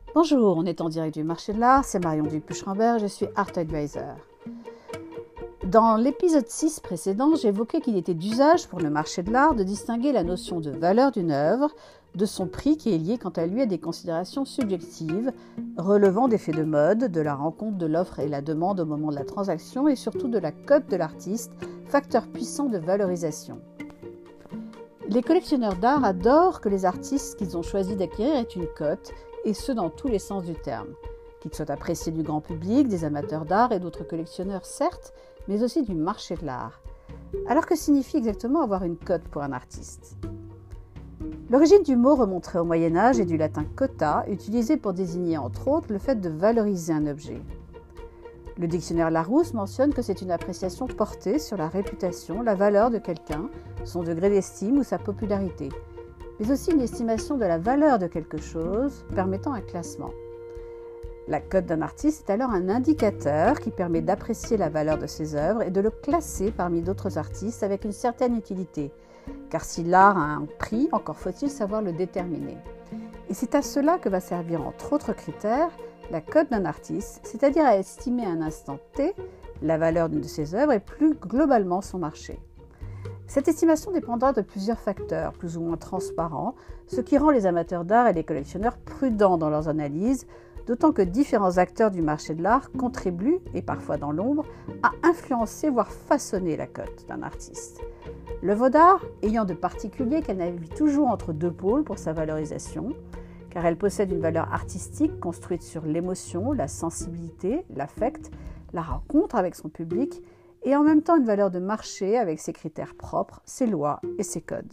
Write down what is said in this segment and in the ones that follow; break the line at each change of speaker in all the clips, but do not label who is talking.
Bonjour, on est en direct du marché de l'art, c'est Marion Dupuche-Rambert, je suis Art Advisor. Dans l'épisode 6 précédent, j'évoquais qu'il était d'usage pour le marché de l'art de distinguer la notion de valeur d'une œuvre de son prix qui est lié quant à lui à des considérations subjectives relevant des faits de mode, de la rencontre de l'offre et la demande au moment de la transaction et surtout de la cote de l'artiste, facteur puissant de valorisation. Les collectionneurs d'art adorent que les artistes qu'ils ont choisi d'acquérir aient une cote, et ce dans tous les sens du terme, qu'ils soient appréciés du grand public, des amateurs d'art et d'autres collectionneurs certes, mais aussi du marché de l'art. Alors que signifie exactement avoir une cote pour un artiste ? L'origine du mot remonterait au Moyen-Âge et du latin quota, utilisé pour désigner entre autres le fait de valoriser un objet. Le dictionnaire Larousse mentionne que c'est une appréciation portée sur la réputation, la valeur de quelqu'un, son degré d'estime ou sa popularité, mais aussi une estimation de la valeur de quelque chose permettant un classement. La cote d'un artiste est alors un indicateur qui permet d'apprécier la valeur de ses œuvres et de le classer parmi d'autres artistes avec une certaine utilité, car si l'art a un prix, encore faut-il savoir le déterminer. Et c'est à cela que va servir entre autres critères la cote d'un artiste, c'est-à-dire à estimer à un instant T la valeur d'une de ses œuvres et plus globalement son marché. Cette estimation dépendra de plusieurs facteurs, plus ou moins transparents, ce qui rend les amateurs d'art et les collectionneurs prudents dans leurs analyses, d'autant que différents acteurs du marché de l'art contribuent, et parfois dans l'ombre, à influencer, voire façonner la cote d'un artiste. L'œuvre d'art ayant de particulier qu'elle navigue toujours entre deux pôles pour sa valorisation, car elle possède une valeur artistique construite sur l'émotion, la sensibilité, l'affect, la rencontre avec son public, et en même temps une valeur de marché avec ses critères propres, ses lois et ses codes.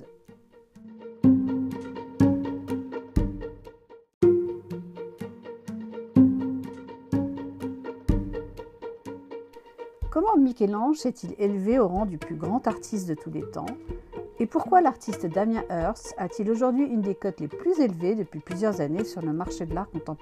Comment Michel-Ange s'est-il élevé au rang du plus grand artiste de tous les temps ? Et pourquoi l'artiste Damien Hirst a-t-il aujourd'hui une des cotes les plus élevées depuis plusieurs années sur le marché de l'art contemporain ?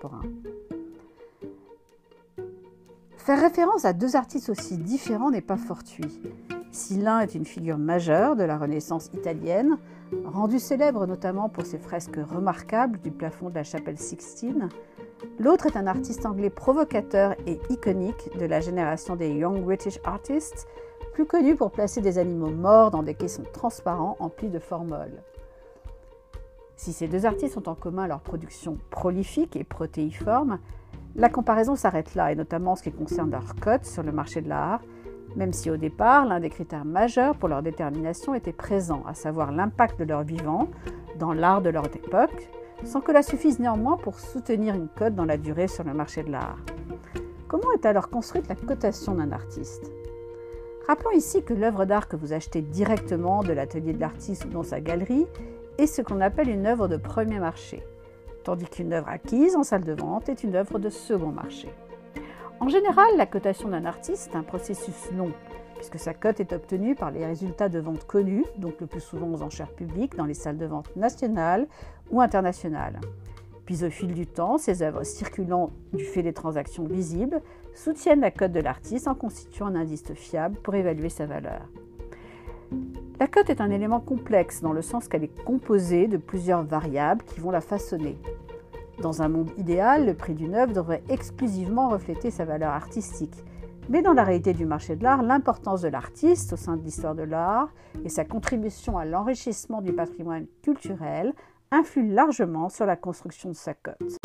Faire référence à deux artistes aussi différents n'est pas fortuit. Si l'un est une figure majeure de la Renaissance italienne, rendu célèbre notamment pour ses fresques remarquables du plafond de la chapelle Sixtine, l'autre est un artiste anglais provocateur et iconique de la génération des Young British Artists, plus connu pour placer des animaux morts dans des caissons transparents emplis de formol. Si ces deux artistes ont en commun leur production prolifique et protéiforme, la comparaison s'arrête là, et notamment en ce qui concerne leur cote sur le marché de l'art, même si au départ, l'un des critères majeurs pour leur détermination était présent, à savoir l'impact de leur vivant dans l'art de leur époque, sans que cela suffise néanmoins pour soutenir une cote dans la durée sur le marché de l'art. Comment est alors construite la cotation d'un artiste ? Rappelons ici que l'œuvre d'art que vous achetez directement de l'atelier de l'artiste ou dans sa galerie est ce qu'on appelle une œuvre de premier marché, tandis qu'une œuvre acquise en salle de vente est une œuvre de second marché. En général, la cotation d'un artiste est un processus long, puisque sa cote est obtenue par les résultats de vente connus, donc le plus souvent aux enchères publiques dans les salles de vente nationales ou internationales. Puis au fil du temps, ces œuvres circulant du fait des transactions visibles soutiennent la cote de l'artiste en constituant un indice fiable pour évaluer sa valeur. La cote est un élément complexe dans le sens qu'elle est composée de plusieurs variables qui vont la façonner. Dans un monde idéal, le prix d'une œuvre devrait exclusivement refléter sa valeur artistique. Mais dans la réalité du marché de l'art, l'importance de l'artiste au sein de l'histoire de l'art et sa contribution à l'enrichissement du patrimoine culturel influent largement sur la construction de sa cote.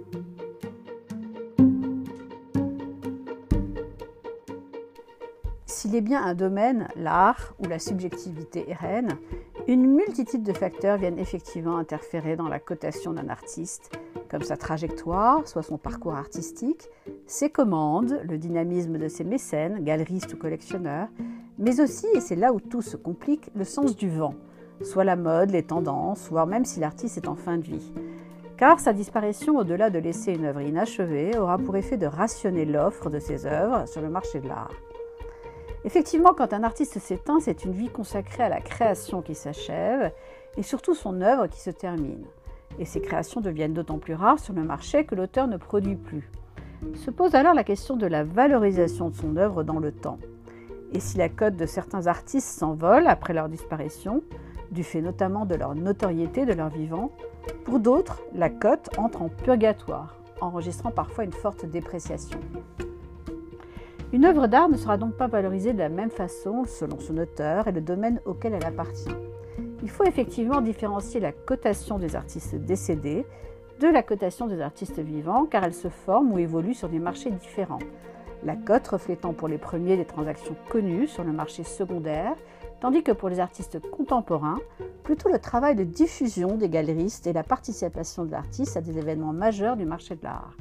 S'il est bien un domaine, l'art, où la subjectivité est reine, une multitude de facteurs viennent effectivement interférer dans la cotation d'un artiste, comme sa trajectoire, soit son parcours artistique, ses commandes, le dynamisme de ses mécènes, galeristes ou collectionneurs, mais aussi, et c'est là où tout se complique, le sens du vent, soit la mode, les tendances, voire même si l'artiste est en fin de vie. Car sa disparition, au-delà de laisser une œuvre inachevée, aura pour effet de rationner l'offre de ses œuvres sur le marché de l'art. Effectivement, quand un artiste s'éteint, c'est une vie consacrée à la création qui s'achève et surtout son œuvre qui se termine. Et ces créations deviennent d'autant plus rares sur le marché que l'auteur ne produit plus. Se pose alors la question de la valorisation de son œuvre dans le temps. Et si la cote de certains artistes s'envole après leur disparition, du fait notamment de leur notoriété de leur vivant, pour d'autres, la cote entre en purgatoire, enregistrant parfois une forte dépréciation. Une œuvre d'art ne sera donc pas valorisée de la même façon selon son auteur et le domaine auquel elle appartient. Il faut effectivement différencier la cotation des artistes décédés de la cotation des artistes vivants, car elle se forme ou évolue sur des marchés différents. La cote reflétant pour les premiers des transactions connues sur le marché secondaire, tandis que pour les artistes contemporains, plutôt le travail de diffusion des galeristes et la participation de l'artiste à des événements majeurs du marché de l'art.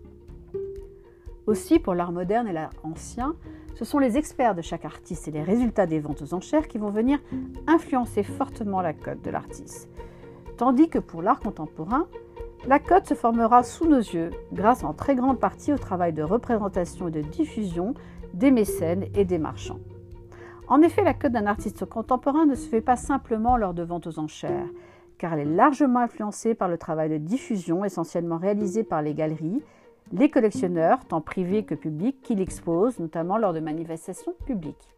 Aussi, pour l'art moderne et l'art ancien, ce sont les experts de chaque artiste et les résultats des ventes aux enchères qui vont venir influencer fortement la cote de l'artiste. Tandis que pour l'art contemporain, la cote se formera sous nos yeux grâce en très grande partie au travail de représentation et de diffusion des mécènes et des marchands. En effet, la cote d'un artiste contemporain ne se fait pas simplement lors de ventes aux enchères, car elle est largement influencée par le travail de diffusion essentiellement réalisé par les galeries, les collectionneurs, tant privés que publics, qui l'exposent, notamment lors de manifestations publiques.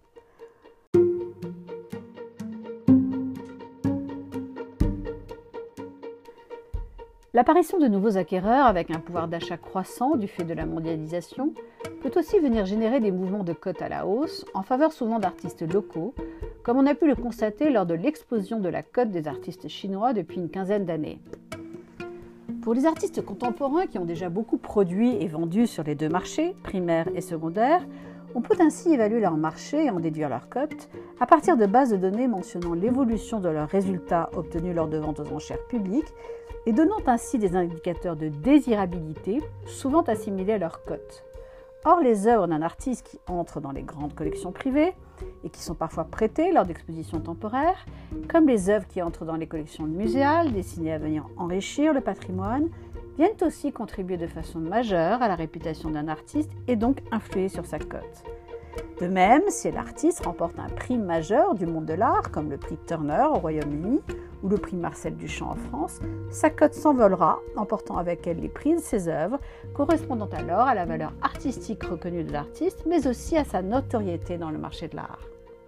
L'apparition de nouveaux acquéreurs avec un pouvoir d'achat croissant du fait de la mondialisation peut aussi venir générer des mouvements de cote à la hausse en faveur souvent d'artistes locaux, comme on a pu le constater lors de l'explosion de la cote des artistes chinois depuis une quinzaine d'années. Pour les artistes contemporains qui ont déjà beaucoup produit et vendu sur les deux marchés, primaire et secondaire, on peut ainsi évaluer leur marché et en déduire leur cote à partir de bases de données mentionnant l'évolution de leurs résultats obtenus lors de ventes aux enchères publiques et donnant ainsi des indicateurs de désirabilité, souvent assimilés à leur cote. Or, les œuvres d'un artiste qui entrent dans les grandes collections privées et qui sont parfois prêtées lors d'expositions temporaires, comme les œuvres qui entrent dans les collections muséales destinées à venir enrichir le patrimoine, viennent aussi contribuer de façon majeure à la réputation d'un artiste et donc influer sur sa cote. De même, si l'artiste remporte un prix majeur du monde de l'art, comme le prix Turner au Royaume-Uni ou le prix Marcel Duchamp en France, sa cote s'envolera, emportant avec elle les prix de ses œuvres, correspondant alors à la valeur artistique reconnue de l'artiste, mais aussi à sa notoriété dans le marché de l'art.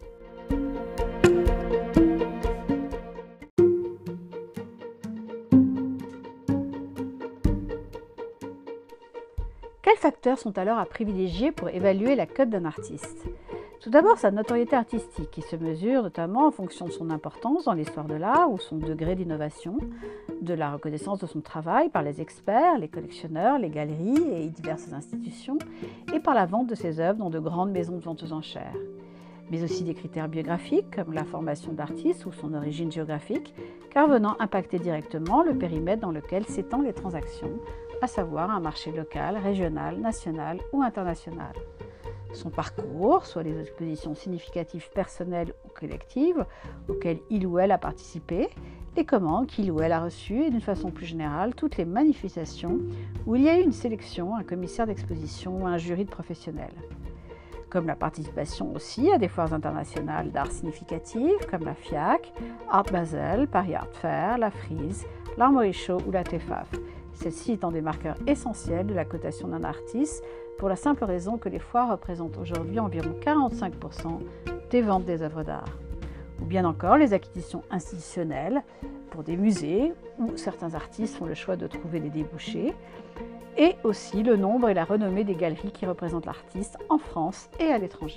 Quels facteurs sont alors à privilégier pour évaluer la cote d'un artiste ? Tout d'abord, sa notoriété artistique, qui se mesure notamment en fonction de son importance dans l'histoire de l'art ou son degré d'innovation, de la reconnaissance de son travail par les experts, les collectionneurs, les galeries et diverses institutions, et par la vente de ses œuvres dans de grandes maisons de vente aux enchères. Mais aussi des critères biographiques comme la formation de l'artiste ou son origine géographique, car venant impacter directement le périmètre dans lequel s'étendent les transactions, à savoir un marché local, régional, national ou international. Son parcours, soit les expositions significatives personnelles ou collectives auxquelles il ou elle a participé, les commandes qu'il ou elle a reçues et d'une façon plus générale toutes les manifestations où il y a eu une sélection, un commissaire d'exposition ou un jury de professionnels. Comme la participation aussi à des foires internationales d'art significatives comme la FIAC, Art Basel, Paris Art Fair, la Frieze, l'Armory Show ou la TEFAF. Celles-ci étant des marqueurs essentiels de la cotation d'un artiste pour la simple raison que les foires représentent aujourd'hui environ 45% des ventes des œuvres d'art. Ou bien encore les acquisitions institutionnelles pour des musées où certains artistes font le choix de trouver des débouchés, et aussi le nombre et la renommée des galeries qui représentent l'artiste en France et à l'étranger.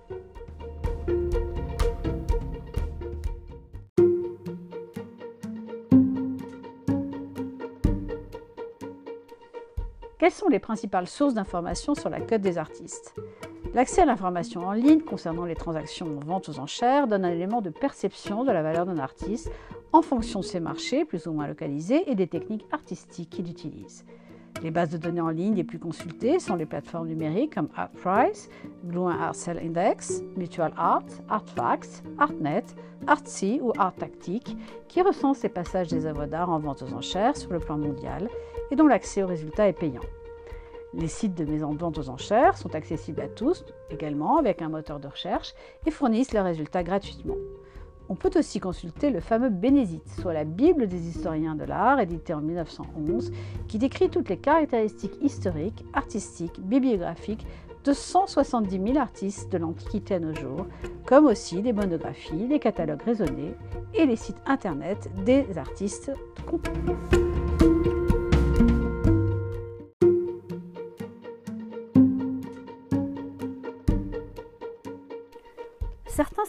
Quelles sont les principales sources d'informations sur la cote des artistes ? L'accès à l'information en ligne concernant les transactions en vente aux enchères donne un élément de perception de la valeur d'un artiste en fonction de ses marchés plus ou moins localisés et des techniques artistiques qu'il utilise. Les bases de données en ligne les plus consultées sont les plateformes numériques comme ArtPrice, Glouin Art Sale Index, Mutual Art, Artfacts, Artnet, Artsy ou Arttactic, qui recensent les passages des œuvres d'art en vente aux enchères sur le plan mondial et dont l'accès aux résultats est payant. Les sites de maisons de vente aux enchères sont accessibles à tous, également avec un moteur de recherche, et fournissent leurs résultats gratuitement. On peut aussi consulter le fameux Bénézit, soit la Bible des historiens de l'art, édité en 1911, qui décrit toutes les caractéristiques historiques, artistiques, bibliographiques de 170 000 artistes de l'Antiquité à nos jours, comme aussi les monographies, les catalogues raisonnés et les sites internet des artistes comptés.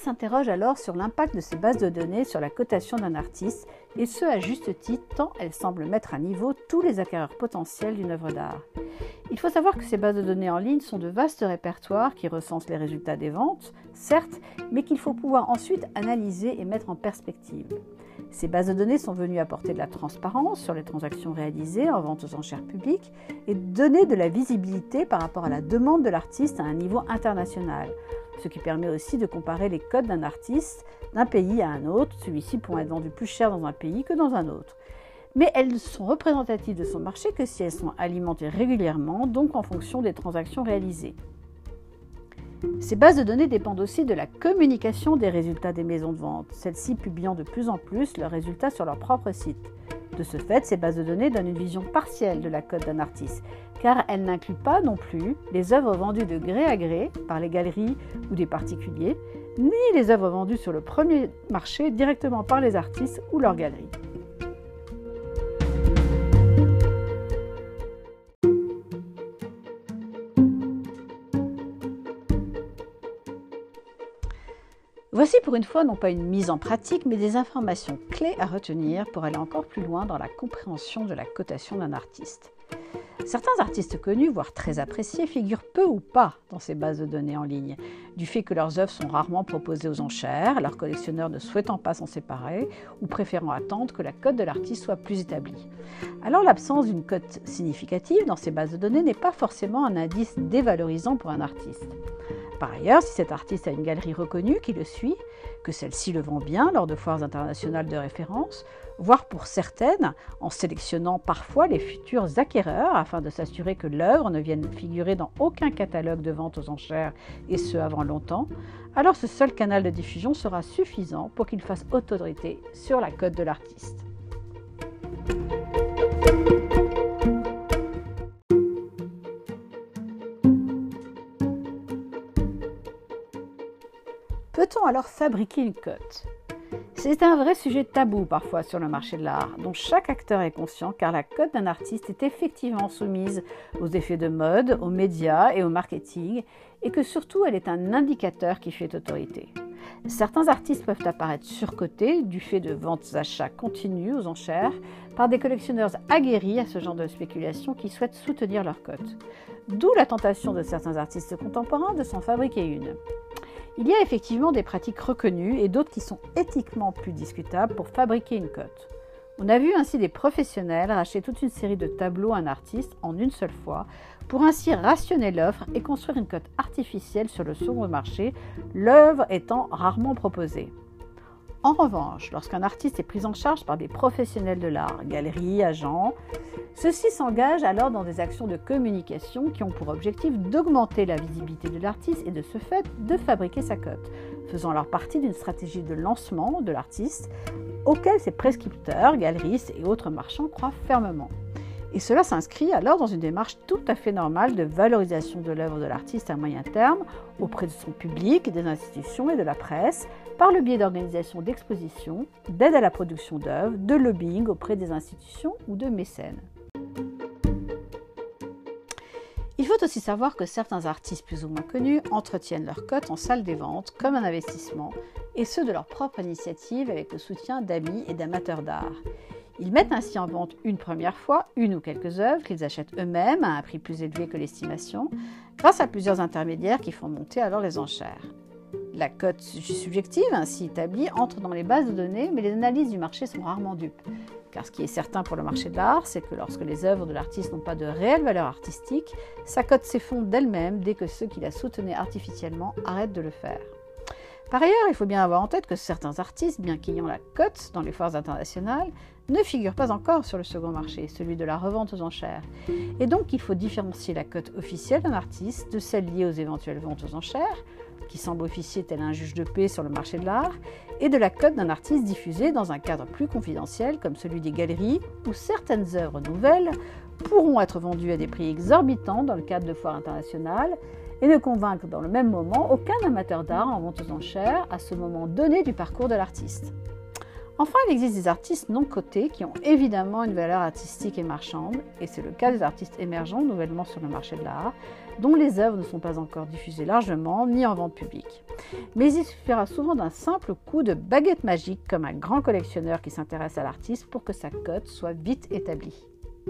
s'interrogent alors sur l'impact de ces bases de données sur la cotation d'un artiste, et ce à juste titre, tant elles semblent mettre à niveau tous les acquéreurs potentiels d'une œuvre d'art. Il faut savoir que ces bases de données en ligne sont de vastes répertoires qui recensent les résultats des ventes, certes, mais qu'il faut pouvoir ensuite analyser et mettre en perspective. Ces bases de données sont venues apporter de la transparence sur les transactions réalisées en vente aux enchères publiques et donner de la visibilité par rapport à la demande de l'artiste à un niveau international, ce qui permet aussi de comparer les codes d'un artiste d'un pays à un autre, celui-ci pourra être vendu plus cher dans un pays que dans un autre. Mais elles ne sont représentatives de son marché que si elles sont alimentées régulièrement, donc en fonction des transactions réalisées. Ces bases de données dépendent aussi de la communication des résultats des maisons de vente, celles-ci publiant de plus en plus leurs résultats sur leur propre site. De ce fait, ces bases de données donnent une vision partielle de la cote d'un artiste, car elles n'incluent pas non plus les œuvres vendues de gré à gré par les galeries ou des particuliers, ni les œuvres vendues sur le premier marché directement par les artistes ou leurs galeries. Voici pour une fois non pas une mise en pratique, mais des informations clés à retenir pour aller encore plus loin dans la compréhension de la cotation d'un artiste. Certains artistes connus, voire très appréciés, figurent peu ou pas dans ces bases de données en ligne, du fait que leurs œuvres sont rarement proposées aux enchères, leurs collectionneurs ne souhaitant pas s'en séparer ou préférant attendre que la cote de l'artiste soit plus établie. Alors l'absence d'une cote significative dans ces bases de données n'est pas forcément un indice dévalorisant pour un artiste. Par ailleurs, si cet artiste a une galerie reconnue qui le suit, que celle-ci le vend bien lors de foires internationales de référence, voire pour certaines, en sélectionnant parfois les futurs acquéreurs afin de s'assurer que l'œuvre ne vienne figurer dans aucun catalogue de vente aux enchères, et ce avant longtemps, alors ce seul canal de diffusion sera suffisant pour qu'il fasse autorité sur la cote de l'artiste. Peut-on alors fabriquer une cote ? C'est un vrai sujet tabou parfois sur le marché de l'art, dont chaque acteur est conscient car la cote d'un artiste est effectivement soumise aux effets de mode, aux médias et au marketing, et que surtout elle est un indicateur qui fait autorité. Certains artistes peuvent apparaître surcotés du fait de ventes-achats continues aux enchères par des collectionneurs aguerris à ce genre de spéculation qui souhaitent soutenir leur cote. D'où la tentation de certains artistes contemporains de s'en fabriquer une. Il y a effectivement des pratiques reconnues et d'autres qui sont éthiquement plus discutables pour fabriquer une cote. On a vu ainsi des professionnels racheter toute une série de tableaux à un artiste en une seule fois pour ainsi rationner l'offre et construire une cote artificielle sur le second marché, l'œuvre étant rarement proposée. En revanche, lorsqu'un artiste est pris en charge par des professionnels de l'art, galeries, agents, ceux-ci s'engagent alors dans des actions de communication qui ont pour objectif d'augmenter la visibilité de l'artiste et de ce fait de fabriquer sa cote, faisant alors partie d'une stratégie de lancement de l'artiste auquel ses prescripteurs, galeristes et autres marchands croient fermement. Et cela s'inscrit alors dans une démarche tout à fait normale de valorisation de l'œuvre de l'artiste à moyen terme auprès de son public, des institutions et de la presse, par le biais d'organisations d'expositions, d'aide à la production d'œuvres, de lobbying auprès des institutions ou de mécènes. Il faut aussi savoir que certains artistes plus ou moins connus entretiennent leur cote en salle des ventes comme un investissement, et ce de leur propre initiative avec le soutien d'amis et d'amateurs d'art. Ils mettent ainsi en vente une première fois une ou quelques œuvres qu'ils achètent eux-mêmes à un prix plus élevé que l'estimation, grâce à plusieurs intermédiaires qui font monter alors les enchères. La cote subjective ainsi établie entre dans les bases de données, mais les analyses du marché sont rarement dupes. Car ce qui est certain pour le marché de l'art, c'est que lorsque les œuvres de l'artiste n'ont pas de réelle valeur artistique, sa cote s'effondre d'elle-même dès que ceux qui la soutenaient artificiellement arrêtent de le faire. Par ailleurs, il faut bien avoir en tête que certains artistes, bien qu'ayant la cote dans les foires internationales, ne figurent pas encore sur le second marché, celui de la revente aux enchères. Et donc, il faut différencier la cote officielle d'un artiste de celle liée aux éventuelles ventes aux enchères, qui semble officier tel un juge de paix sur le marché de l'art, et de la cote d'un artiste diffusée dans un cadre plus confidentiel comme celui des galeries, où certaines œuvres nouvelles pourront être vendues à des prix exorbitants dans le cadre de foires internationales et ne convaincre dans le même moment aucun amateur d'art en vente aux enchères à ce moment donné du parcours de l'artiste. Enfin, il existe des artistes non cotés qui ont évidemment une valeur artistique et marchande, et c'est le cas des artistes émergents nouvellement sur le marché de l'art, dont les œuvres ne sont pas encore diffusées largement ni en vente publique. Mais il suffira souvent d'un simple coup de baguette magique comme un grand collectionneur qui s'intéresse à l'artiste pour que sa cote soit vite établie.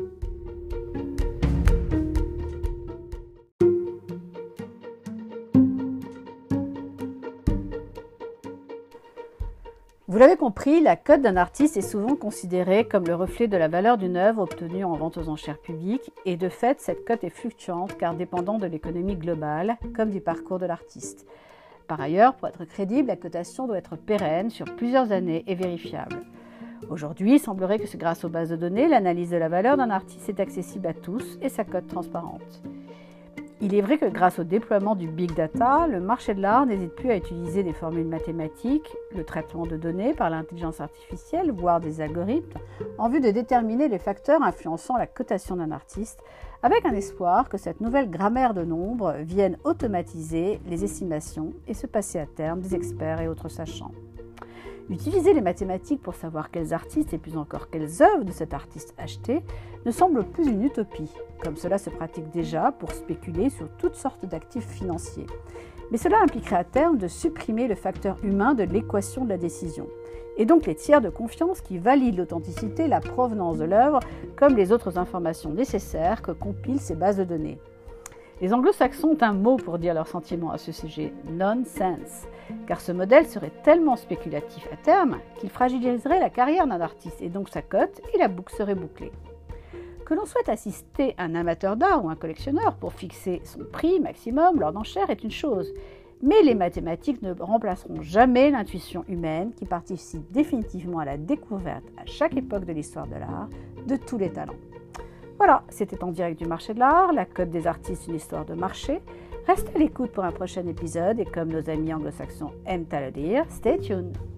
Vous l'avez compris, la cote d'un artiste est souvent considérée comme le reflet de la valeur d'une œuvre obtenue en vente aux enchères publiques et de fait, cette cote est fluctuante car dépendant de l'économie globale comme du parcours de l'artiste. Par ailleurs, pour être crédible, la cotation doit être pérenne sur plusieurs années et vérifiable. Aujourd'hui, il semblerait que c'est grâce aux bases de données, l'analyse de la valeur d'un artiste est accessible à tous et sa cote transparente. Il est vrai que grâce au déploiement du big data, le marché de l'art n'hésite plus à utiliser des formules mathématiques, le traitement de données par l'intelligence artificielle, voire des algorithmes, en vue de déterminer les facteurs influençant la cotation d'un artiste, avec un espoir que cette nouvelle grammaire de nombres vienne automatiser les estimations et se passer à terme des experts et autres sachants. Utiliser les mathématiques pour savoir quels artistes et plus encore quelles œuvres de cet artiste acheter ne semble plus une utopie, comme cela se pratique déjà pour spéculer sur toutes sortes d'actifs financiers. Mais cela impliquerait à terme de supprimer le facteur humain de l'équation de la décision, et donc les tiers de confiance qui valident l'authenticité et la provenance de l'œuvre, comme les autres informations nécessaires que compilent ces bases de données. Les anglo-saxons ont un mot pour dire leurs sentiments à ce sujet, nonsense, car ce modèle serait tellement spéculatif à terme qu'il fragiliserait la carrière d'un artiste et donc sa cote et la boucle serait bouclée. Que l'on souhaite assister un amateur d'art ou un collectionneur pour fixer son prix maximum lors d'enchères est une chose, mais les mathématiques ne remplaceront jamais l'intuition humaine qui participe définitivement à la découverte à chaque époque de l'histoire de l'art de tous les talents. Voilà, c'était en direct du marché de l'art, la cote des artistes, une histoire de marché. Restez à l'écoute pour un prochain épisode et comme nos amis anglo-saxons aiment à le dire, stay tuned.